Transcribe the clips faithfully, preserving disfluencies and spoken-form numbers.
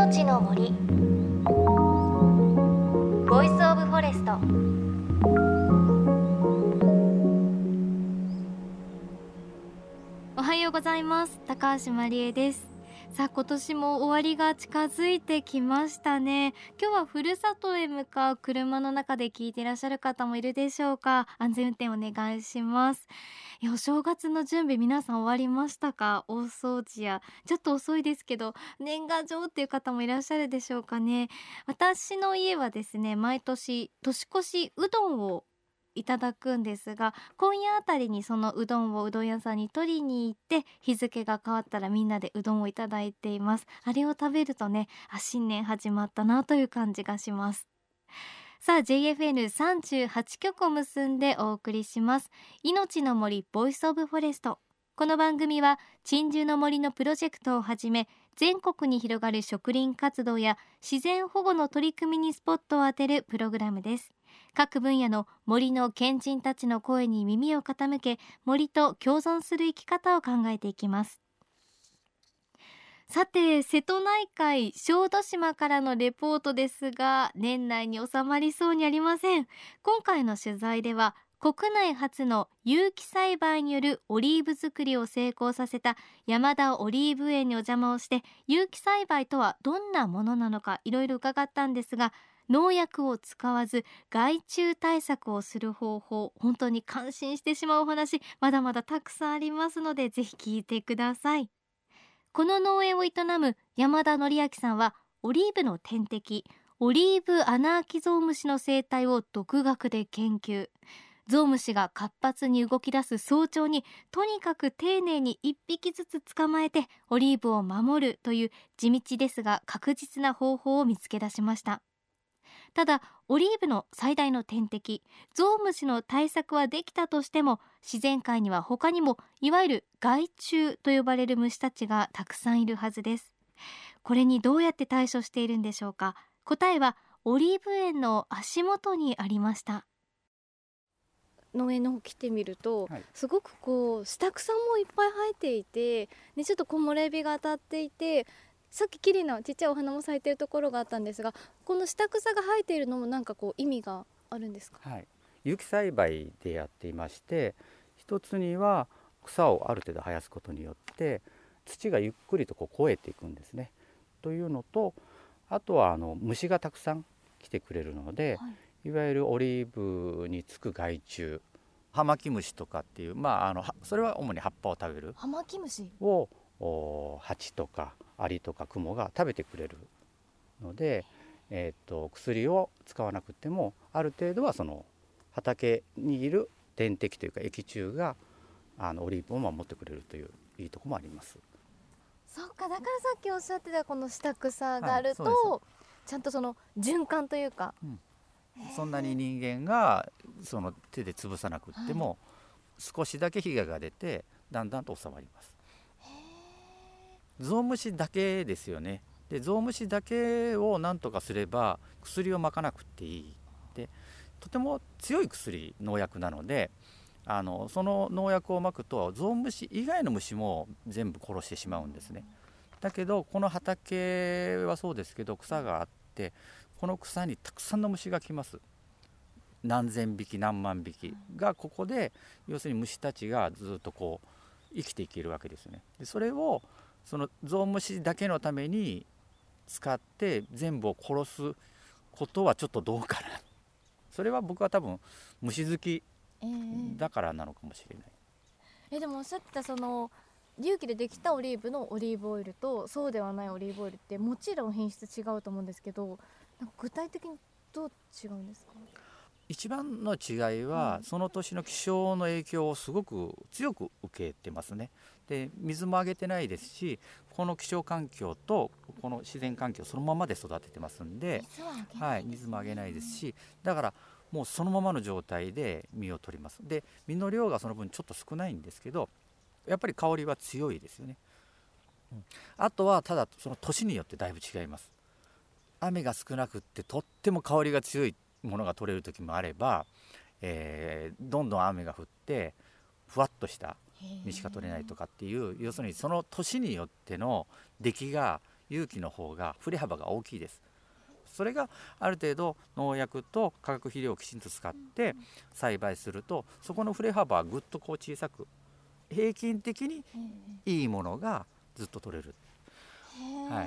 命の森ボイスオブフォレスト。 おはようございます。高橋まりえです。さあ、今年も終わりが近づいてきましたね。今日はふるさとへ向かう車の中で聞いていらっしゃる方もいるでしょうか。安全運転お願いします。いや、お正月の準備皆さん終わりましたか？大掃除やちょっと遅いですけど年賀状っていう方もいらっしゃるでしょうかね。私の家はですね、毎年年越しうどんをいただくんですが、今夜あたりにそのうどんをうどん屋さんに取りに行って、日付が変わったらみんなでうどんをいただいています。あれを食べるとね、あ、新年始まったなという感じがします。さあ ジェイエフエヌさんじゅうはち 局を結んでお送りします。命の森ボイスオブフォレスト。この番組は珍獣の森のプロジェクトをはじめ、全国に広がる植林活動や自然保護の取り組みにスポットを当てるプログラムです。各分野の森の賢人たちの声に耳を傾け、森と共存する生き方を考えていきます。さて、瀬戸内海小豆島からのレポートですが、年内に収まりそうにありません。今回の取材では、国内初の有機栽培によるオリーブ作りを成功させた山田オリーブ園にお邪魔をして、有機栽培とはどんなものなのかいろいろ伺ったんですが、農薬を使わず害虫対策をする方法、本当に感心してしまうお話、まだまだたくさんありますので、ぜひ聞いてください。この農園を営む山田則明さんは、オリーブの天敵オリーブアナアキゾウムシの生態を独学で研究。ゾウムシが活発に動き出す早朝に、とにかく丁寧に一匹ずつ捕まえてオリーブを守るという地道ですが確実な方法を見つけ出しました。ただ、オリーブの最大の天敵ゾウムシの対策はできたとしても、自然界には他にもいわゆる害虫と呼ばれる虫たちがたくさんいるはずです。これにどうやって対処しているんでしょうか。答えはオリーブ園の足元にありました。農園の方来てみると、はい、すごくこう下草もいっぱい生えていて、ね、ちょっと木漏れ日が当たっていて、さっき綺麗なちっちゃいお花も咲いているところがあったんですが、この下草が生えているのも何かこう意味があるんですか？ はい、有機栽培でやっていまして、一つには草をある程度生やすことによって土がゆっくりとこう肥えていくんですね。というのと、あとはあの虫がたくさん来てくれるので、はい、いわゆるオリーブにつく害虫、ハマキムシとかっていう、まあ、あのそれは主に葉っぱを食べるハマキムシをハチとかアリとかクモが食べてくれるので、えー、と薬を使わなくてもある程度はその畑にいる天敵というか益虫があのオリーブを守ってくれるといういいところもあります。 そっか、だからさっきおっしゃってたこの下草があると、はい、ちゃんとその循環というか、うん、 そんなに人間がその手で潰さなくっても、はい、少しだけ被害が出てだんだんと収まります。ゾウムシだけですよね。でゾウムシだけを何とかすれば薬をまかなくていい。でとても強い薬農薬なので、あのその農薬をまくとゾウムシ以外の虫も全部殺してしまうんですね。だけどこの畑はそうですけど、草があって、この草にたくさんの虫が来ます。何千匹何万匹がここで、要するに虫たちがずっとこう生きていけるわけですね。でそれをそのゾウムシだけのために使って全部を殺すことはちょっとどうかな。それは僕は多分虫好きだからなのかもしれない。 えー、えでもおっしゃってたその有機でできたオリーブのオリーブオイルとそうではないオリーブオイルってもちろん品質違うと思うんですけど、なんか具体的にどう違うんですか？ 一番の違いは、うん、その年の気象の影響をすごく強く受けてますね。で水もあげてないですし、この気象環境とこの自然環境そのままで育ててますんで、 水はあげないですね。 はい、水もあげないですし、だからもうそのままの状態で実を取ります。で実の量がその分ちょっと少ないんですけど、やっぱり香りは強いですよね。うん、あとはただその年によってだいぶ違います。雨が少なくってとっても香りが強いものが取れる時もあれば、えー、どんどん雨が降ってふわっとした実しか取れないとかっていう、要するにその年によっての出来が有機の方が振れ幅が大きいです。それがある程度農薬と化学肥料をきちんと使って栽培すると、そこの振れ幅はぐっとこう小さく、平均的にいいものがずっと取れる。はい、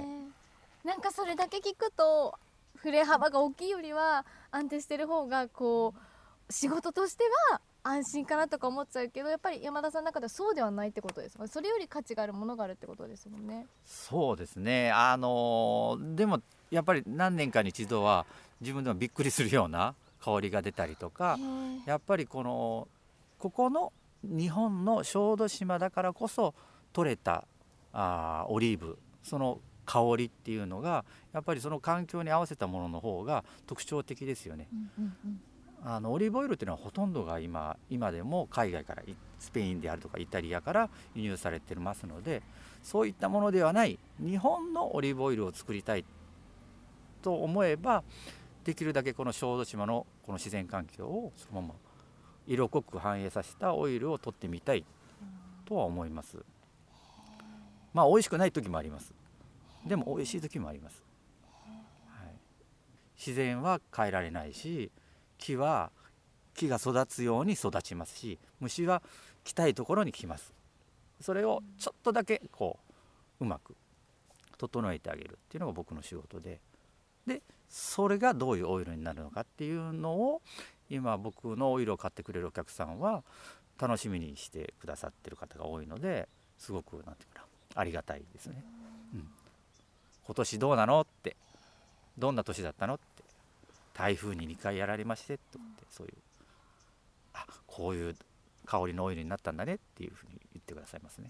なんかそれだけ聞くと振れ幅が大きいよりは安定してる方がこう仕事としては安心かなとか思っちゃうけど、やっぱり山田さんの中ではそうではないってことですか。それより価値があるものがあるってことですもんね。 そうですね、あのでもやっぱり何年かに一度は自分でもびっくりするような香りが出たりとか、やっぱりこのここの日本の小豆島だからこそ取れたあオリーブ、その香りっていうのがやっぱりその環境に合わせたものの方が特徴的ですよね。うんうんうん、あのオリーブオイルっていうのはほとんどが 今, 今でも海外からスペインであるとかイタリアから輸入されてますので、そういったものではない日本のオリーブオイルを作りたいと思えば、できるだけこの小豆島のこの自然環境をそのまま色濃く反映させたオイルを取ってみたいとは思います。まあ美味しくない時もあります。でも美味しい時もあります。はい、自然は変えられないし、木は木が育つように育ちますし、虫は来たいところに来ます。それをちょっとだけこううまく整えてあげるっていうのが僕の仕事で、でそれがどういうオイルになるのかっていうのを今僕のオイルを買ってくれるお客さんは楽しみにしてくださってる方が多いので、すごくなんていうかな、ありがたいですね。うん、今年どうなのって、どんな年だったのって、台風ににかいやられましてとって、そういう、あ、こういう香りのオイルになったんだねっていうふうに言ってくださいますね。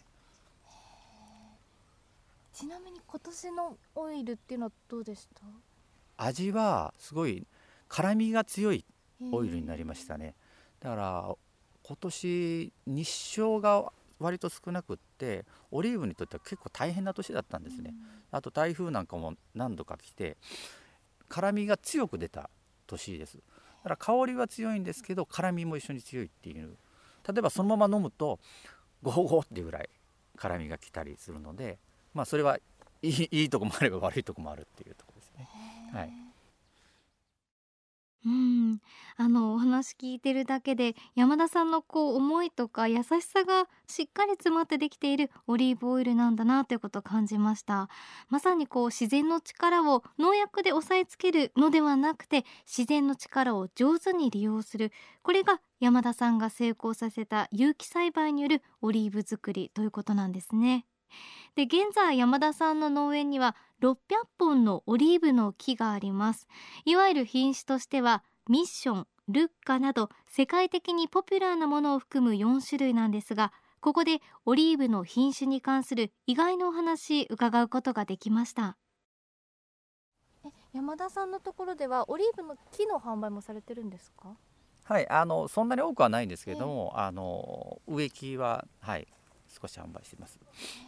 ちなみに今年のオイルっていうのはどうでした？ 味はすごい辛みが強いオイルになりましたね。だから今年日照が割と少なくって、オリーブにとっては結構大変な年だったんですね。あと台風なんかも何度か来て辛みが強く出た年です。だから香りは強いんですけど辛みも一緒に強いっていう、例えばそのまま飲むとゴホゴっていうぐらい辛みが来たりするので、まあそれはいい、いいとこもあれば悪いとこもあるっていうところですね。はい、 うん、あのお話聞いてるだけで山田さんのこう思いとか優しさがしっかり詰まってできているオリーブオイルなんだなということを感じました。まさにこう自然の力を農薬で抑えつけるのではなくて、自然の力を上手に利用する、これが山田さんが成功させた有機栽培によるオリーブ作りということなんですね。で現在山田さんの農園にはろっぴゃっぽんのオリーブの木があります。いわゆる品種としてはミッション、ルッカなど世界的にポピュラーなものを含むよんしゅるいなんですが、ここでオリーブの品種に関する意外なお話伺うことができました。え山田さんのところではオリーブの木の販売もされてるんですか？ はい、あのそんなに多くはないんですけれども、えー、あの植木は、はい、少し販売しています。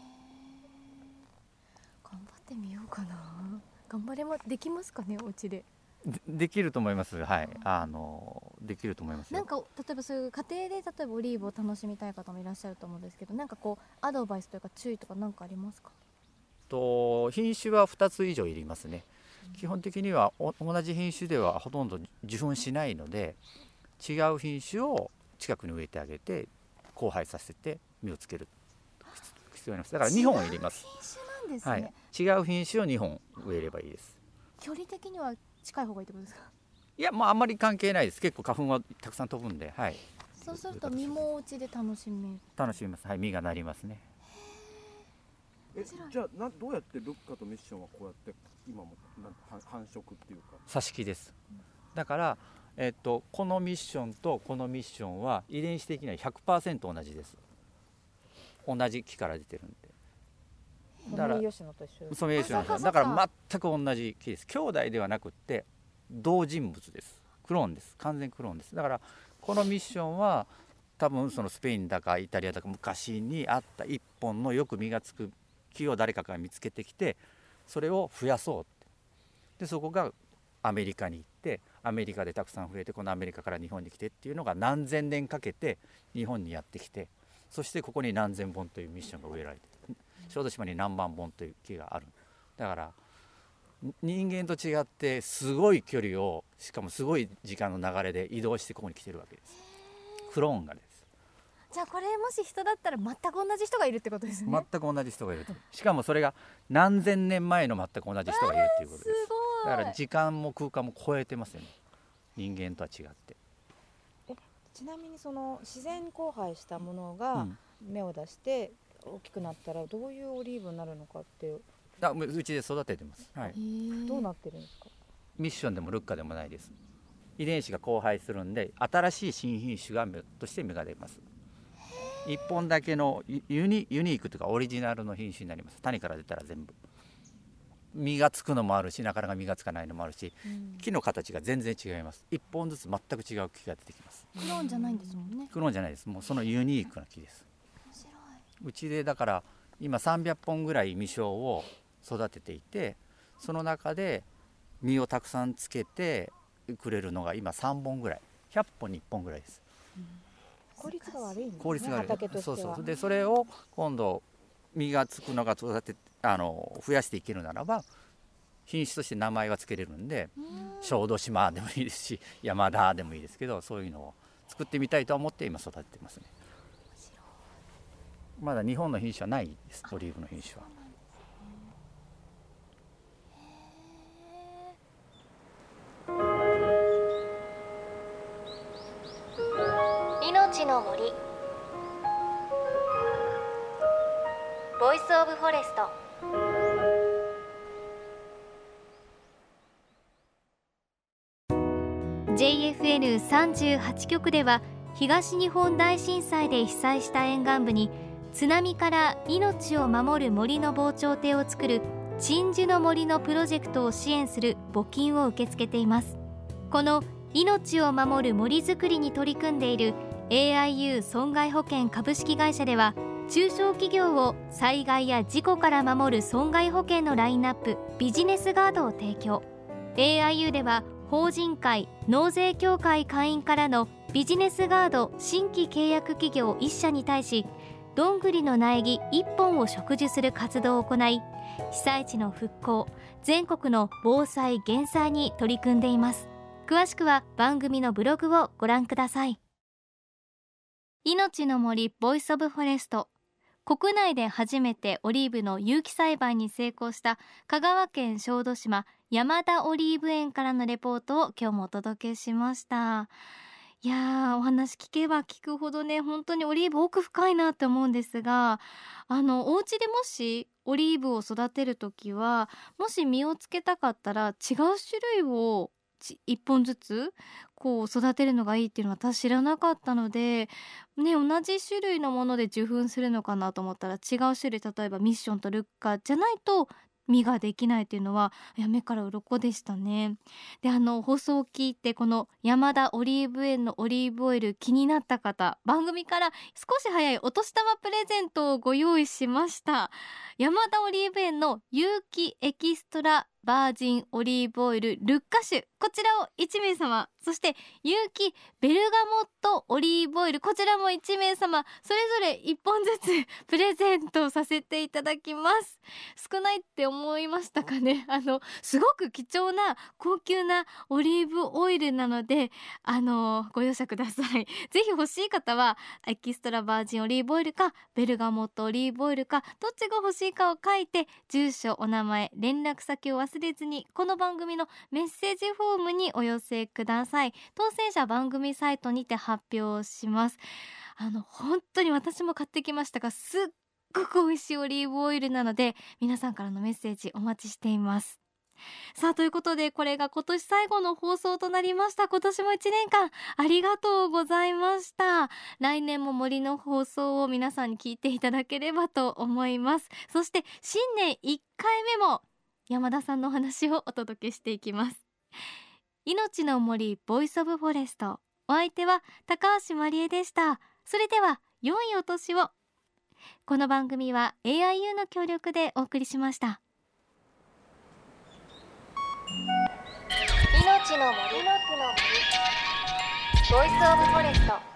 頑張ってみようかな。頑張れもできますかね、お家で。 で, できると思います。はい、あのできると思いますよ。 なんか例えばそういう家庭で例えばオリーブを楽しみたい方もいらっしゃると思うんですけど、なんかこうアドバイスというか注意とか何かありますか？ と品種はふたつ以上いりますね。うん、基本的には同じ品種ではほとんど受粉しないので、違う品種を近くに植えてあげて交配させて実をつける必要あります。だからにほんいります。 違う品種なんですね。はい、 違う品種をにほん植えればいいです。 距離的には近い方がいいってことですか？ いや、まああんまり関係ないです。結構花粉はたくさん飛ぶんで、はい。 そうすると実もお家で楽しめる。 楽しみます。はい、実がなりますね。 えじゃあなどうやってルッカとミッションはこうやって今もなん繁殖っていうか。 挿し木です。だから、えっと、このミッションとこのミッションは遺伝子的には ひゃくパーセント 同じです。同じ木から出てるんで。 だからソメイヨシノと一緒。 ソメイヨシノとだから全く同じ木です。兄弟ではなくって同人物です。クローンです。完全クローンです。だからこのミッションは多分そのスペインだかイタリアだか昔にあった一本のよく実がつく木を誰かが見つけてきて、それを増やそうって。でそこがアメリカに行って、アメリカでたくさん増えて、このアメリカから日本に来てっていうのが何千年かけて日本にやってきて、そしてここに何千本というミッションが植えられて、小豆島に何万本という木がある。 だから人間と違ってすごい距離をしかもすごい時間の流れで移動してここに来てるわけです。クローンがです。 じゃあこれもし人だったら全く同じ人がいるってことですね。 全く同じ人がいると。しかもそれが何千年前の全く同じ人がいるっていうことです。 すごい。 だから時間も空間も超えてますよね、人間とは違って。 えちなみにその自然交配したものが芽を出して大きくなったらどういうオリーブになるのかっていう、 あうちで育ててます、はい、 どうなってるんですか？ ミッションでもルッカでもないです。遺伝子が交配するんで新しい新品種がとして芽が出ます。いっぽんだけのユニ、ユニークというかオリジナルの品種になります。種から出たら全部実がつくのもあるし、なかなか実がつかないのもあるし、うん、木の形が全然違います。いっぽんずつ全く違う木が出てきます。 クローンじゃないんですもんね。 クローンじゃないです。もうそのユニークな木です。面白い。うちでだから今さんびゃっぽんぐらい実生を育てていて、その中で実をたくさんつけてくれるのが今さんぼんぐらい、ひゃっぽんにいっぽんぐらいです。 うん、効率が悪いんですね。 効率が悪い。 畑としては。 そうそう。でそれを今度実がつくのが育てあの増やしていけるならば品種として名前が付けれるんで、小豆島でもいいですし山田でもいいですけど、そういうのを作ってみたいと思って今育ててますね。まだ日本の品種はないです、オリーブの品種は。 命の森ボイスオブフォレスト。 ジェイエフエヌさんじゅうはち 局では東日本大震災で被災した沿岸部に津波から命を守る森の防潮堤を作る鎮守の森のプロジェクトを支援する募金を受け付けています。この命を守る森づくりに取り組んでいる エーアイユー 損害保険株式会社では、中小企業を災害や事故から守る損害保険のラインナップビジネスガードを提供。 エーアイユー では法人会納税協会会員からのビジネスガード新規契約企業いっ社に対し、どんぐりの苗木いっぽんを植樹する活動を行い、被災地の復興、全国の防災減災に取り組んでいます。詳しくは番組のブログをご覧ください。命の森ボイスオブフォレスト。国内で初めてオリーブの有機栽培に成功した香川県小豆島山田オリーブ園からのレポートを今日もお届けしました。いやー、お話聞けば聞くほどね、本当にオリーブ奥深いなって思うんですが、あのお家でもしオリーブを育てるときは、もし実をつけたかったら違う種類をいっぽんずつこう育てるのがいいっていうのは私知らなかったので、ね、同じ種類のもので受粉するのかなと思ったら違う種類、例えばミッションとルッカじゃないと実ができないっていうのは、いや目から鱗でしたね。で、あの放送を聞いてこの山田オリーブ園のオリーブオイル気になった方、番組から少し早いお年玉プレゼントをご用意しました。山田オリーブ園の有機エキストラバージンオリーブオイルルッカ種、こちらをいちめいさま、そして有機ベルガモットオリーブオイル、こちらもいちめいさま、それぞれいっぽんずつプレゼントさせていただきます。少ないって思いましたかね。あのすごく貴重な高級なオリーブオイルなので、あのご容赦ください。ぜひ欲しい方はエキストラバージンオリーブオイルかベルガモットオリーブオイルか、どっちが欲しいかを書いて、住所、お名前、連絡先を忘れずにこの番組のメッセージフォームにお寄せください。当選者番組サイトにて発表します。あの本当に私も買ってきましたが、すっごく美味しいオリーブオイルなので、皆さんからのメッセージお待ちしています。さあ、ということでこれが今年最後の放送となりました。今年もいちねんかんありがとうございました。来年も森の放送を皆さんに聞いていただければと思います。そして新年いっかいめも山田さんのお話をお届けしていきます。命の森ボイスオブフォレスト、お相手は高橋まりえでした。それでは良いお年を。この番組は エーアイユー の協力でお送りしました。 命の森ボイスオブフォレスト。